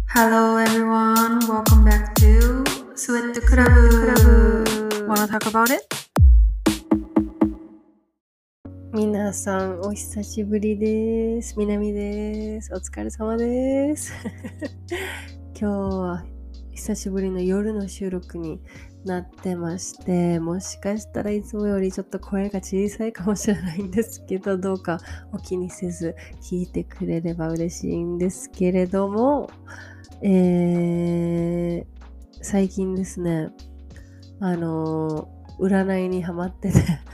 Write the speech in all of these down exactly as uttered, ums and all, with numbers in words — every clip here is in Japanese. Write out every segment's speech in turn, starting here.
Hello everyone, welcome back to Sweat Club. Wanna talk about it? 皆さんお久しぶりです。みなみです。お疲れ様です。今日は久しぶりの夜の収録になってまして、もしかしたらいつもよりちょっと声が小さいかもしれないんですけど、どうかお気にせず聞いてくれれば嬉しいんですけれども、えー、最近ですね、あの占いにハマってて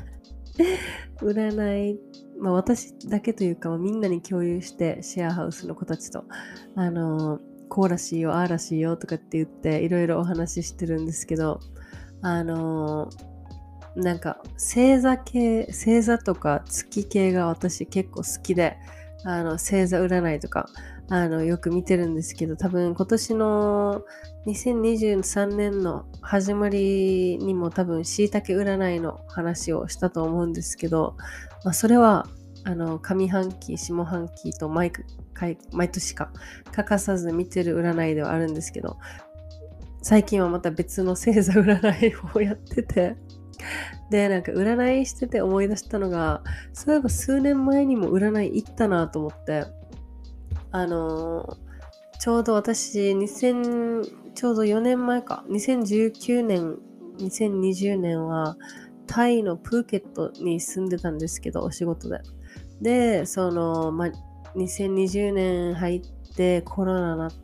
占い、まあ私だけというか、まあ、みんなに共有してシェアハウスの子たちとあのこうらしいよああらしいよとかって言っていろいろお話ししてるんですけど、あのなんか星座系星座とか月系が私結構好きで、あの星座占いとかあのよく見てるんですけど、多分今年のにせんにじゅうさんねんの始まりにも多分椎茸占いの話をしたと思うんですけど、まあ、それはあの上半期下半期と毎回毎年か欠かさず見てる占いではあるんですけど、最近はまた別の星座占いをやってて、でなんか占いしてて思い出したのが、そういえば数年前にも占い行ったなと思って、あのー、ちょうど私にせんちょうどよねんまえかにせんじゅうきゅうねんにせんにじゅうねんはタイのプーケットに住んでたんですけど、お仕事ででその、ま、にせんにじゅうねん入ってコロナになって、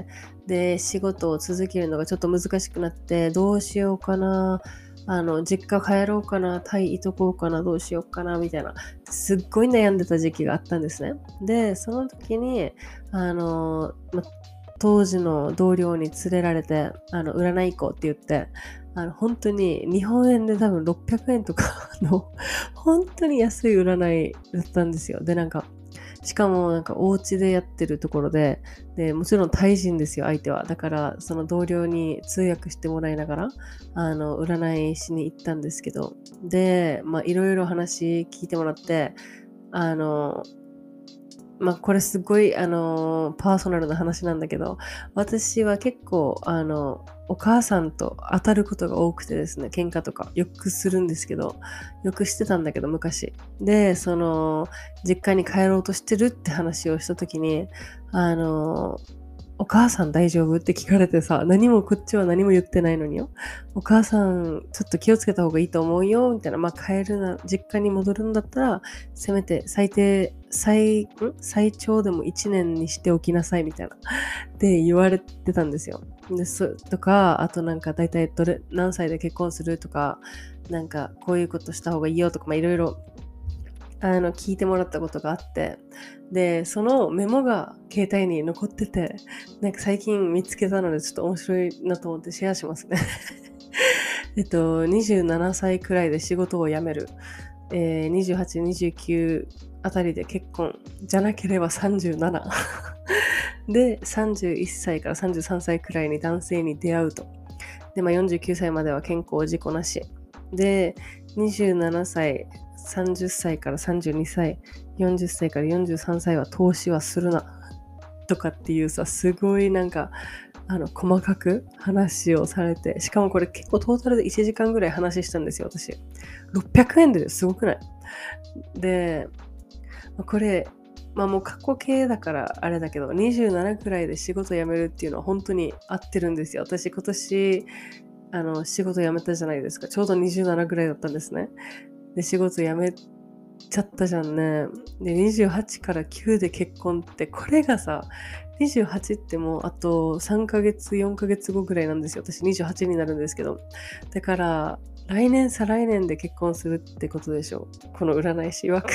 で仕事を続けるのがちょっと難しくなって、どうしようかな、あの実家帰ろうかな、タイいとこうかな、どうしようかなみたいな、すっごい悩んでた時期があったんですね。でその時にあの、ま、当時の同僚に連れられて、あの占い行こうって言って、あの本当に日本円で多分ろっぴゃくえんとかの本当に安い占いだったんですよ。でなんかしかもなんかお家でやってるところで、でもちろんタイ人ですよ相手は。だからその同僚に通訳してもらいながらあの占いしに行ったんですけど、でまあいろいろ話聞いてもらって、あのまあこれすごいあのパーソナルな話なんだけど、私は結構あのお母さんと当たることが多くてですね、喧嘩とかよくするんですけど、よくしてたんだけど昔で、その実家に帰ろうとしてるって話をした時に、あのお母さん大丈夫って聞かれてさ、何もこっちは何も言ってないのによ。お母さんちょっと気をつけた方がいいと思うよみたいな、まあ帰るな、実家に戻るんだったらせめて最低最ん最長でもいちねんにしておきなさいみたいなって言われてたんですよ。でそとか、あとなんか大体どれ何歳で結婚するとか、なんかこういうことした方がいいよとか、まあいろいろあの聞いてもらったことがあって、でそのメモが携帯に残ってて、なんか最近見つけたのでちょっと面白いなと思ってシェアしますね。えっとにじゅうななさいくらいで仕事を辞める、えー、にじゅうはち、にじゅうきゅうあたりで結婚じゃなければさんじゅうななでさんじゅういっさいからさんじゅうさんさいくらいに男性に出会うと。で、まあ、よんじゅうきゅうさいまでは健康事故なしで、にじゅうななさいさんじゅっさいからさんじゅうにさい、よんじゅっさいからよんじゅうさんさいは投資はするなとかっていうさ、すごいなんかあの細かく話をされて、しかもこれ結構トータルでいちじかんぐらい話したんですよ私。ろっぴゃくえんですごくない？でこれまあもう過去形だからあれだけど、にじゅうななくらいで仕事辞めるっていうのは本当に合ってるんですよ。私今年あの仕事辞めたじゃないですか。ちょうどにじゅうななくらいだったんですね。で仕事辞めちゃったじゃんね。でにじゅうはちからきゅうで結婚って、これがさにじゅうはちってもうあとさんかげつよんかげつごぐらいなんですよ。私にじゅうはちになるんですけど、だから来年再来年で結婚するってことでしょ、この占い師曰く。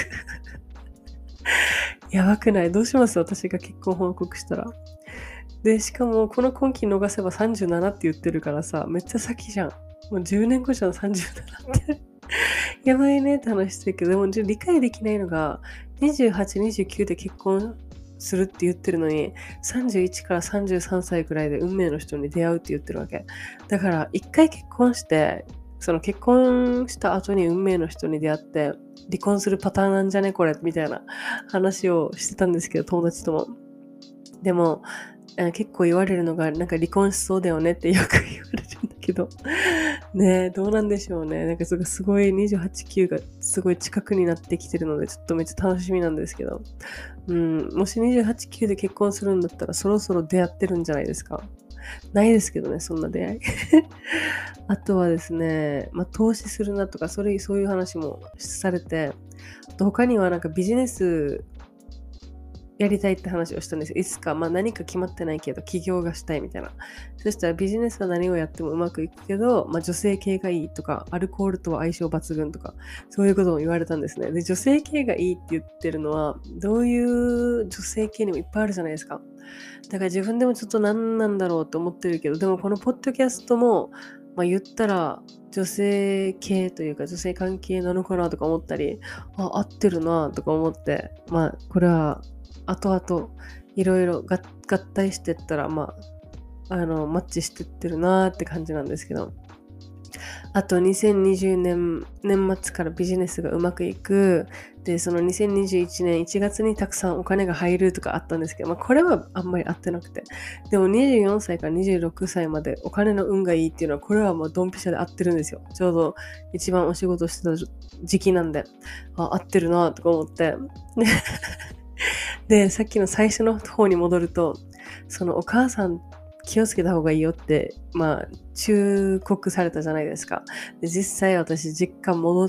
やばくない？どうします？私が結婚報告したら。でしかもこの今期逃せばさんじゅうななって言ってるからさ、めっちゃ先じゃん。もうじゅうねんごじゃん、さんじゅうななってやばいねって話してるけど、でも理解できないのが、にじゅうはち、にじゅうきゅうで結婚するって言ってるのに、さんじゅういちからさんじゅうさんさいくらいで運命の人に出会うって言ってるわけだから、一回結婚して、その結婚した後に運命の人に出会って離婚するパターンなんじゃねこれみたいな話をしてたんですけど、友達とも。でもあ結構言われるのが、なんか離婚しそうだよねってよく言われるんだけど、ねえ、どうなんでしょうね。なんかそれがすごいにじゅうはち、きゅうがすごい近くになってきてるので、ちょっとめっちゃ楽しみなんですけど、うん、もしにじゅうはち、きゅうで結婚するんだったらそろそろ出会ってるんじゃないですか。ないですけどね、そんな出会い。あとはですね、まあ、投資するなとか、それ、そういう話もされて、あと他にはなんかビジネスやりたいって話をしたんですよ。いつか、まあ何か決まってないけど、起業がしたいみたいな。そしたらビジネスは何をやってもうまくいくけど、まあ女性系がいいとか、アルコールとは相性抜群とか、そういうことも言われたんですね。で、女性系がいいって言ってるのは、どういう女性系にもいっぱいあるじゃないですか。だから自分でもちょっと何なんだろうと思ってるけど、でもこのポッドキャストも、まあ言ったら女性系というか女性関係なのかなとか思ったり、あ、合ってるなとか思って、まあこれは後々いろいろ合体してったら、まあ、あの、マッチしてってるなーって感じなんですけど。あとにせんにじゅうねん、年末からビジネスがうまくいく。で、そのにせんにじゅういちねんいちがつにたくさんお金が入るとかあったんですけど、まあこれはあんまり合ってなくて。でもにじゅうよんさいからにじゅうろくさいまでお金の運がいいっていうのは、これはもうドンピシャで合ってるんですよ。ちょうど一番お仕事してた時期なんで、あ、合ってるなとか思って。で、さっきの最初の方に戻ると、そのお母さん気をつけた方がいいよって、まあ、忠告されたじゃないですか。で、実際私実家戻って、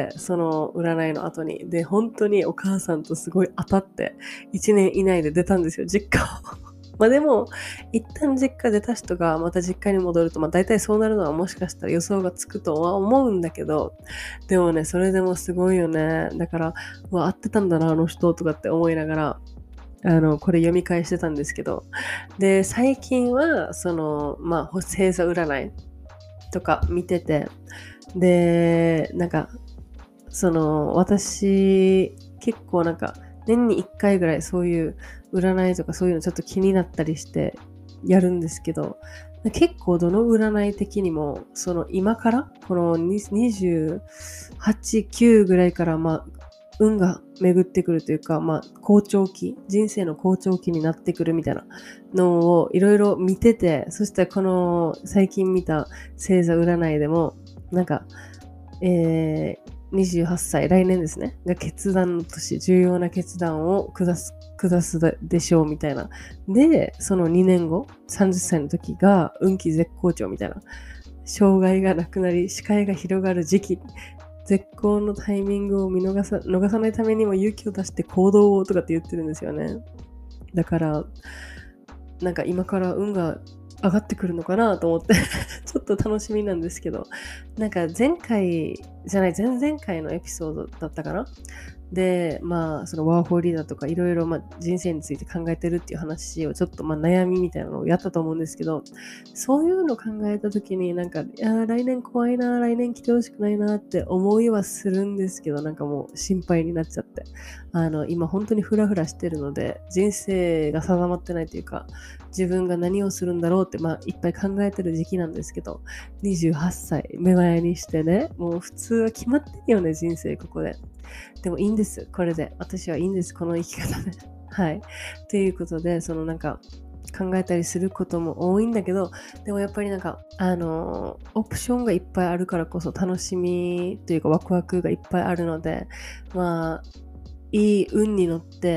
その占いの後に、で、本当にお母さんとすごい当たって、いちねん以内で出たんですよ、実家を。まあでも、一旦実家出た人がまた実家に戻ると、まあ大体そうなるのはもしかしたら予想がつくとは思うんだけど、でもね、それでもすごいよね。だから、うわ、合ってたんだな、あの人とかって思いながら、あの、これ読み返してたんですけど。で、最近は、その、まあ、星座占いとか見てて、で、なんか、その、私、結構なんか、年にいっかいぐらいそういう占いとかそういうのちょっと気になったりしてやるんですけど、結構どの占い的にも、その今から、このにじゅうはち、きゅうぐらいから、まあ、運が巡ってくるというか、まあ、好調期、人生の好調期になってくるみたいなのをいろいろ見てて、そしてこの最近見た星座占いでも、なんか、えー、にじゅうはっさい、来年ですね、が決断の年、重要な決断を下す、下すでしょうみたいな。で、そのにねんご、さんじゅっさいの時が運気絶好調みたいな。障害がなくなり、視界が広がる時期。絶好のタイミングを見逃さ、逃さないためにも勇気を出して行動をとかって言ってるんですよね。だから、なんか今から運が上がってくるのかなと思ってちょっと楽しみなんですけど、なんか前回じゃない前々回のエピソードだったかなで、まあそのワーホリだとかいろいろまあ人生について考えてるっていう話をちょっとまあ悩みみたいなのをやったと思うんですけど、そういうのを考えた時になんかいや来年怖いな来年来てほしくないなって思いはするんですけど、なんかもう心配になっちゃって、あの今本当にフラフラしてるので人生が定まってないというか、自分が何をするんだろうってまあいっぱい考えてる時期なんですけど、にじゅうはっさい目前にしてね、もう普通は決まってるよね人生ここで。でもいいんです。これで。私はいいんです。この生き方で。はい。ということで、そのなんか考えたりすることも多いんだけど、でもやっぱりなんか、あのー、オプションがいっぱいあるからこそ楽しみというかワクワクがいっぱいあるので、まあ、いい運に乗って、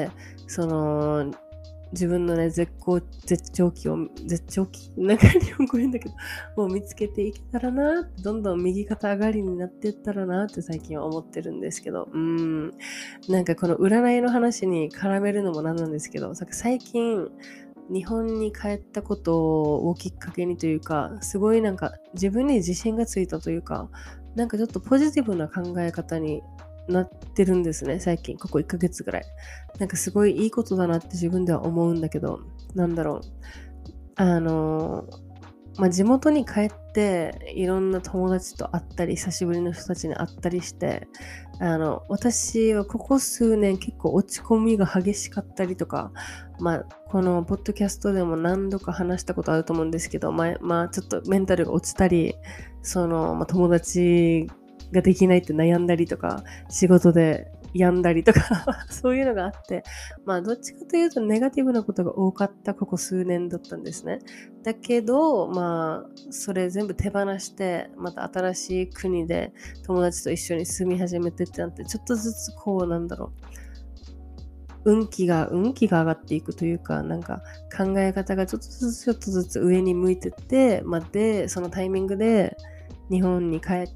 その、自分のね、絶好、絶頂期を、絶頂期なんか日本語変だけど、もう見つけていけたらなって、どんどん右肩上がりになっていったらなって最近は思ってるんですけど、うーん、なんかこの占いの話に絡めるのもなんなんですけど、最近、日本に帰ったことをきっかけにというか、すごいなんか自分に自信がついたというか、なんかちょっとポジティブな考え方になってるんですね、最近。ここいっかげつぐらい。なんかすごいいいことだなって自分では思うんだけど、なんだろう。あのー、まあ、地元に帰っていろんな友達と会ったり、久しぶりの人たちに会ったりして、あの、私はここ数年結構落ち込みが激しかったりとか、まあ、このポッドキャストでも何度か話したことあると思うんですけど、まあ、まあ、ちょっとメンタルが落ちたり、その、まあ、友達ができないって悩んだりとか、仕事で病んだりとかそういうのがあって、まあどっちかというとネガティブなことが多かったここ数年だったんですね。だけどまあそれ全部手放してまた新しい国で友達と一緒に住み始めてってなって、ちょっとずつこうなんだろう運気が運気が上がっていくというか、なんか考え方がちょっとずつちょっとずつ上に向いてって、まあ、でそのタイミングで日本に帰って、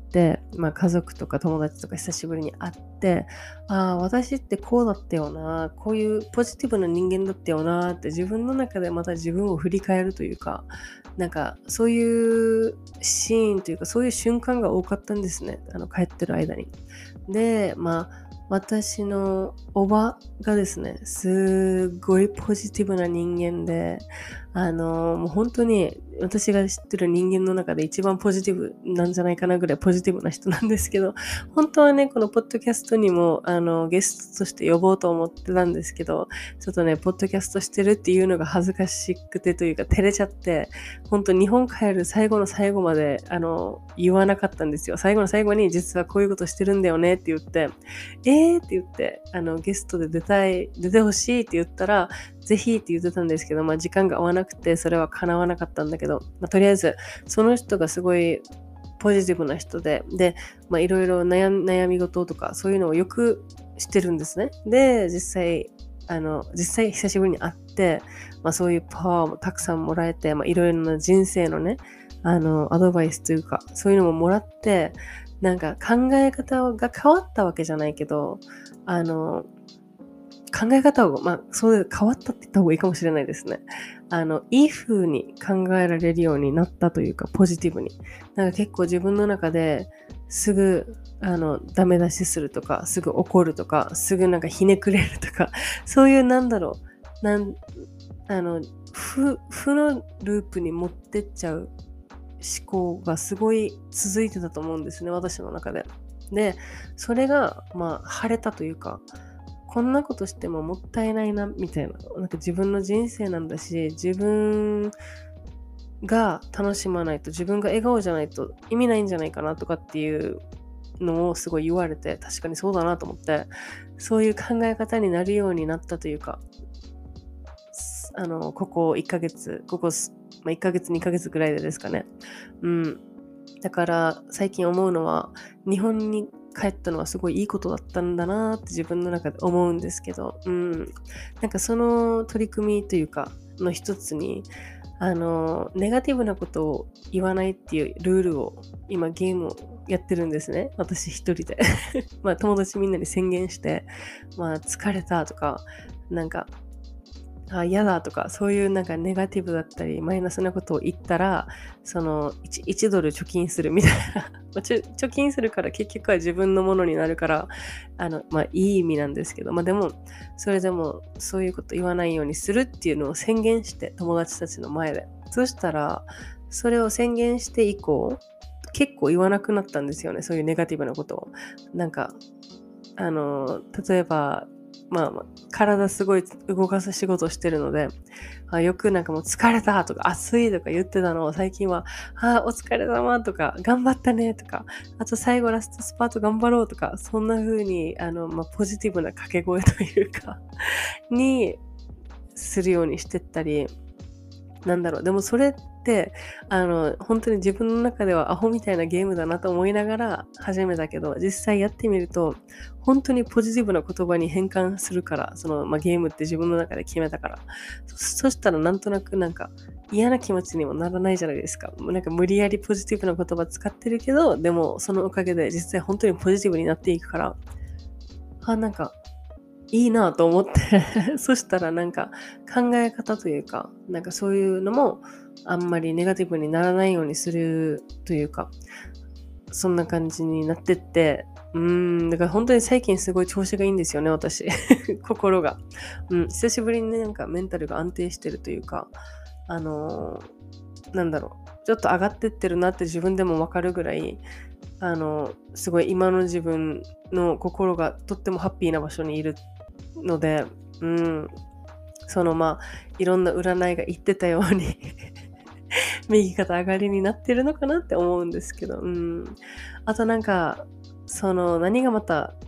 まあ、家族とか友達とか久しぶりに会って、ああ私ってこうだったよな、こういうポジティブな人間だったよなって自分の中でまた自分を振り返るというか、なんかそういうシーンというかそういう瞬間が多かったんですね、あの帰ってる間に。でまあ私のおばがですね、すっごいポジティブな人間で、あの、もう本当に私が知ってる人間の中で一番ポジティブなんじゃないかなぐらいポジティブな人なんですけど、本当はね、このポッドキャストにも、あの、ゲストとして呼ぼうと思ってたんですけど、ちょっとね、ポッドキャストしてるっていうのが恥ずかしくてというか、照れちゃって、本当日本帰る最後の最後まで、あの、言わなかったんですよ。最後の最後に実はこういうことしてるんだよねって言って、えーって言って、あの、ゲストで出たい、出てほしいって言ったら、ぜひって言ってたんですけど、まあ時間が合わなくて、それは叶わなかったんだけど、まあとりあえず、その人がすごいポジティブな人で、で、まあいろいろ悩み、悩み事とか、そういうのをよく知ってるんですね。で、実際、あの、実際久しぶりに会って、まあそういうパワーもたくさんもらえて、まあいろいろな人生のね、あの、アドバイスというか、そういうのももらって、なんか考え方が変わったわけじゃないけど、あの、考え方を、まあ、そう変わったって言った方がいいかもしれないですね。あの、いい風に考えられるようになったというか、ポジティブに。なんか結構自分の中ですぐ、あの、ダメ出しするとか、すぐ怒るとか、すぐなんかひねくれるとか、そういうなんだろう、なん、あの、負、負のループに持ってっちゃう思考がすごい続いてたと思うんですね、私の中で。で、それが、まあ、晴れたというか、こんなことしてももったいないな、みたいな。なんか自分の人生なんだし、自分が楽しまないと、自分が笑顔じゃないと意味ないんじゃないかなとかっていうのをすごい言われて、確かにそうだなと思って、そういう考え方になるようになったというか、あの、ここいっかげつ、ここ、まあ、いっかげつ、にかげつぐらいでですかね。うん。だから最近思うのは、日本に帰ったのはすごいいいことだったんだなって自分の中で思うんですけど、うん。なんかその取り組みというか、の一つに、あの、ネガティブなことを言わないっていうルールを、今ゲームをやってるんですね。私一人で。まあ友達みんなに宣言して、まあ疲れたとか、なんか、あ、嫌だとか、そういうなんかネガティブだったり、マイナスなことを言ったら、その 1, いちドル貯金するみたいな。貯金するから結局は自分のものになるから、あの、まあいい意味なんですけど、まあでも、それでもそういうこと言わないようにするっていうのを宣言して、友達たちの前で。そしたら、それを宣言して以降、結構言わなくなったんですよね、そういうネガティブなことを。なんか、あの、例えば、まあ、まあ、体すごい動かす仕事してるので、あ、よくなんかもう疲れたとか暑いとか言ってたのを最近は、あ、お疲れ様とか頑張ったねとか、あと最後ラストスパート頑張ろうとか、そんな風にあの、まあ、ポジティブな掛け声というかにするようにしてったり、なんだろう、でもそれってあの本当に自分の中ではアホみたいなゲームだなと思いながら始めたけど、実際やってみると本当にポジティブな言葉に変換するから、その、まあ、ゲームって自分の中で決めたから、そ、そしたらなんとなくなんか嫌な気持ちにもならないじゃないですか。なんか無理やりポジティブな言葉使ってるけど、でもそのおかげで実際本当にポジティブになっていくから、あ、なんかいいなと思ってそしたらなんか考え方というか、なんかそういうのもあんまりネガティブにならないようにするというか、そんな感じになってって、うーん、だから本当に最近すごい調子がいいんですよね、私。心が。うん、久しぶりにね、なんかメンタルが安定してるというか、あのーなんだろう、ちょっと上がってってるなって自分でもわかるぐらい、あの、すごい今の自分の心がとってもハッピーな場所にいるので、うん、そのまあ、いろんな占いが言ってたように右肩上がりになってるのかなって思うんですけど、うん。あとなんか、その何がまた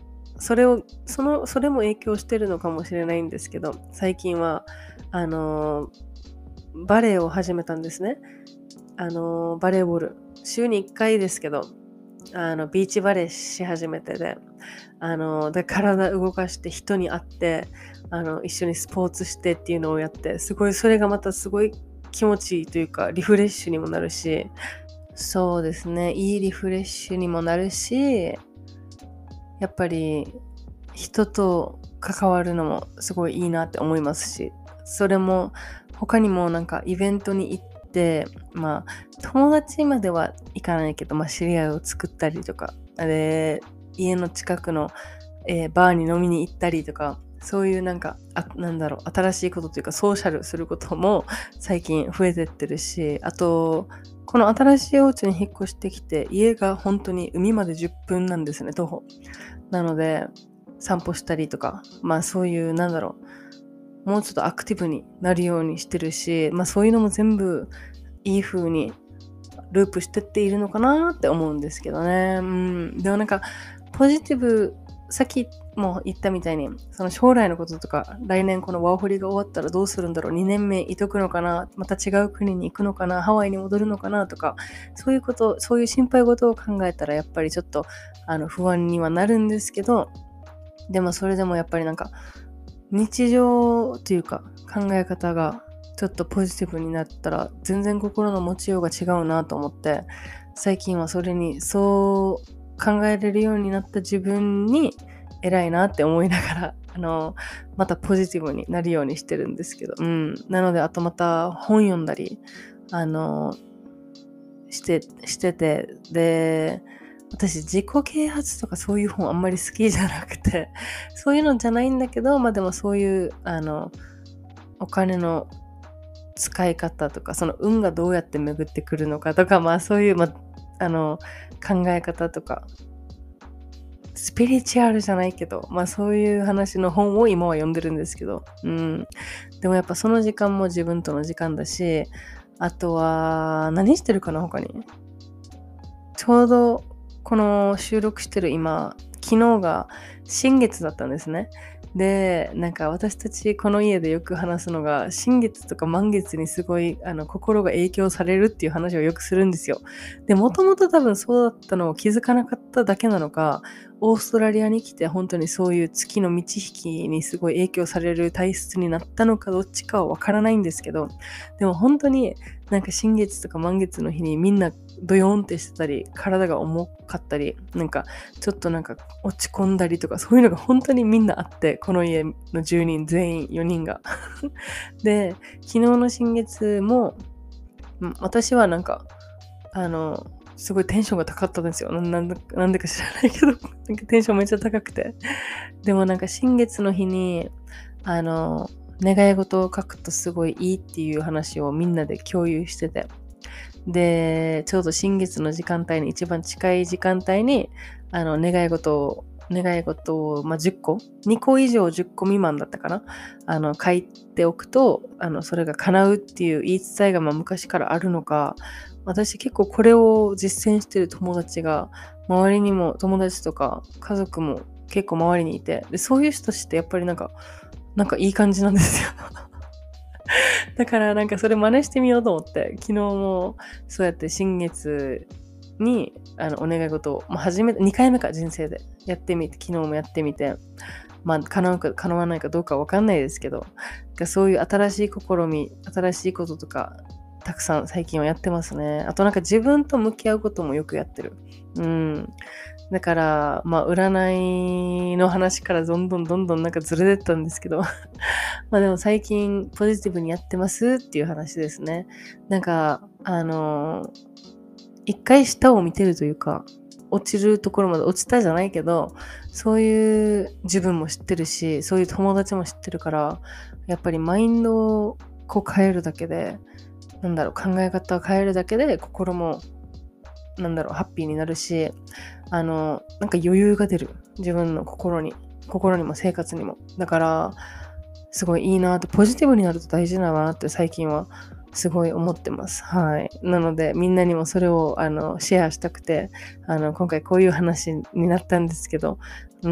それをそのそれも影響してるのかもしれないんですけど、最近はあのバレエを始めたんですね。あのバレーボール週にいっかいですけど、あのビーチバレーし始めてで、あので体動かして人に会ってあの一緒にスポーツしてっていうのをやって、すごいそれがまたすごい気持ちいいというか、リフレッシュにもなるし、そうですね、いいリフレッシュにもなるし、やっぱり人と関わるのもすごいいいなって思いますし、それも他にもなんかイベントに行ってまあ友達までは行かないけど、まあ、知り合いを作ったりとかで、家の近くの、えーバーに飲みに行ったりとか、そういうなんかあなんだろう新しいことというかソーシャルすることも最近増えてってるし、あとこの新しいお家に引っ越してきて、家が本当に海までじゅっぷんなんですね、徒歩なので散歩したりとか、まあそういうなんだろうもうちょっとアクティブになるようにしてるし、まあそういうのも全部いい風にループしてっているのかなって思うんですけどね。うん。でもなんかポジティブ、さっきも言ったみたいに、その将来のこととか、来年このワーホリが終わったらどうするんだろう、にねんめいとくのかな、また違う国に行くのかな、ハワイに戻るのかなとか、そういうこと、そういう心配事を考えたらやっぱりちょっとあの不安にはなるんですけど、でもそれでもやっぱりなんか日常というか考え方がちょっとポジティブになったら全然心の持ちようが違うなと思って、最近はそれにそう考えれるようになった自分に偉いなって思いながら、あのまたポジティブになるようにしてるんですけど、うん、なのであとまた本読んだりあのしてしてて、で私自己啓発とかそういう本あんまり好きじゃなくて、そういうのじゃないんだけど、まあでもそういうあのお金の使い方とか、その運がどうやって巡ってくるのかとか、まあそういう、まあ、あの考え方とか、スピリチュアルじゃないけど、まあそういう話の本を今は読んでるんですけど、うん。でもやっぱその時間も自分との時間だし、あとは何してるかな他に。ちょうどこの収録してる今、昨日が新月だったんですね。で、なんか私たちこの家でよく話すのが、新月とか満月にすごいあの心が影響されるっていう話をよくするんですよ。で、もともと多分そうだったのを気づかなかっただけなのか、オーストラリアに来て本当にそういう月の満ち引きにすごい影響される体質になったのかどっちかはわからないんですけど、でも本当になんか新月とか満月の日にみんなドヨーンってしてたり、体が重かったり、なんかちょっとなんか落ち込んだりとか、そういうのが本当にみんなあって、この家のじゅうにん全員よにんがで、昨日の新月も私はなんかあのすごいテンションが高かったんですよ。なんでなんでか知らないけどなんかテンションめっちゃ高くて、でもなんか新月の日にあの願い事を書くとすごいいいっていう話をみんなで共有してて、でちょうど新月の時間帯に一番近い時間帯にあの願い事を願い事を、まあ、じゅっこにこ以上じゅっこ未満だったかな、あの書いておくとあのそれが叶うっていう言い伝えがまあ昔からあるのか、私結構これを実践してる友達が周りにも友達とか家族も結構周りにいて、でそういう人たちってやっぱりなんかなんかいい感じなんですよだからなんかそれ真似してみようと思って、昨日もそうやって新月にあのお願い事を、まあ、初めてにかいめか人生でやってみて、昨日もやってみて、まあ叶うか叶わないかどうかわかんないですけど、そういう新しい試み、新しいこととかたくさん最近はやってますね。あとなんか自分と向き合うこともよくやってる。うん。だからまあ占いの話からどんどんどんどんなんかずれてったんですけどまあでも最近ポジティブにやってますっていう話ですね。なんかあのー、一回下を見てるというか、落ちるところまで落ちたじゃないけど、そういう自分も知ってるし、そういう友達も知ってるから、やっぱりマインドをこう変えるだけで、なんだろう、考え方を変えるだけで心もなんだろうハッピーになるし、あのなんか余裕が出る、自分の心に心にも生活にも。だからすごいいいなって、ポジティブになると大事だなって最近はすごい思ってます。はい。なのでみんなにもそれをあのシェアしたくて、あの今回こういう話になったんですけど、 うん。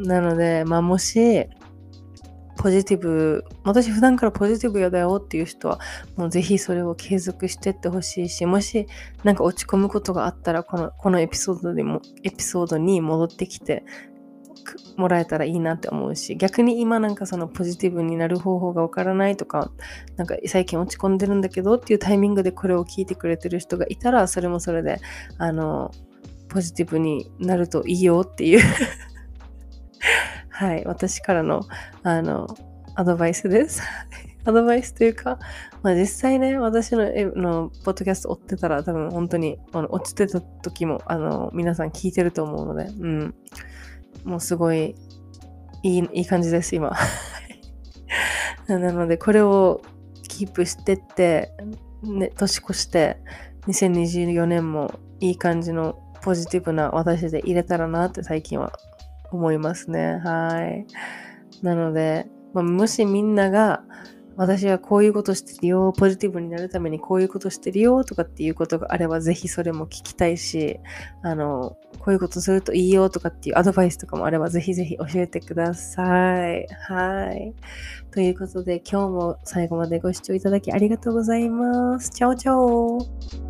なので、まあもし、ポジティブ、私普段からポジティブやだよっていう人は、もうぜひそれを継続してってほしいし、もしなんか落ち込むことがあったら、この、このエピソードでも、エピソードに戻ってきてもらえたらいいなって思うし、逆に今なんかそのポジティブになる方法がわからないとか、なんか最近落ち込んでるんだけどっていうタイミングでこれを聞いてくれてる人がいたら、それもそれで、あの、ポジティブになるといいよっていうはい、私からの、あの、アドバイスです。アドバイスというか、まあ実際ね、私の、えの、ポッドキャスト追ってたら多分本当に、あの、落ちてた時も、あの、皆さん聞いてると思うので、うん。もうすごい、いい、いい感じです、今。なので、これをキープしてって、ね、年越して、にせんにじゅうよねんもいい感じのポジティブな私で入れたらなって最近は思いますね。はい。なので、まあ、もしみんなが、私はこういうことしてるよ、ポジティブになるためにこういうことしてるよとかっていうことがあれば、ぜひそれも聞きたいし、あの、こういうことするといいよとかっていうアドバイスとかもあれば、ぜひぜひ教えてください。はい。ということで、今日も最後までご視聴いただきありがとうございます。チャオチャオ。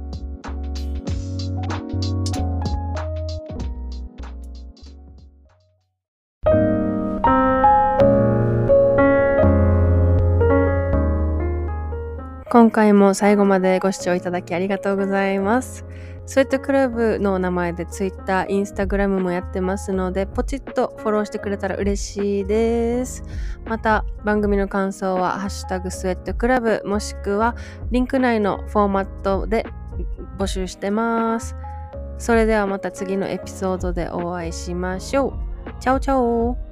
今回も最後までご視聴いただきありがとうございます。スウェットクラブの名前で Twitter、Instagram もやってますので、ポチッとフォローしてくれたら嬉しいです。また、番組の感想はハッシュタグスウェットクラブもしくはリンク内のフォーマットで募集してます。それではまた次のエピソードでお会いしましょう。チャオチャオ。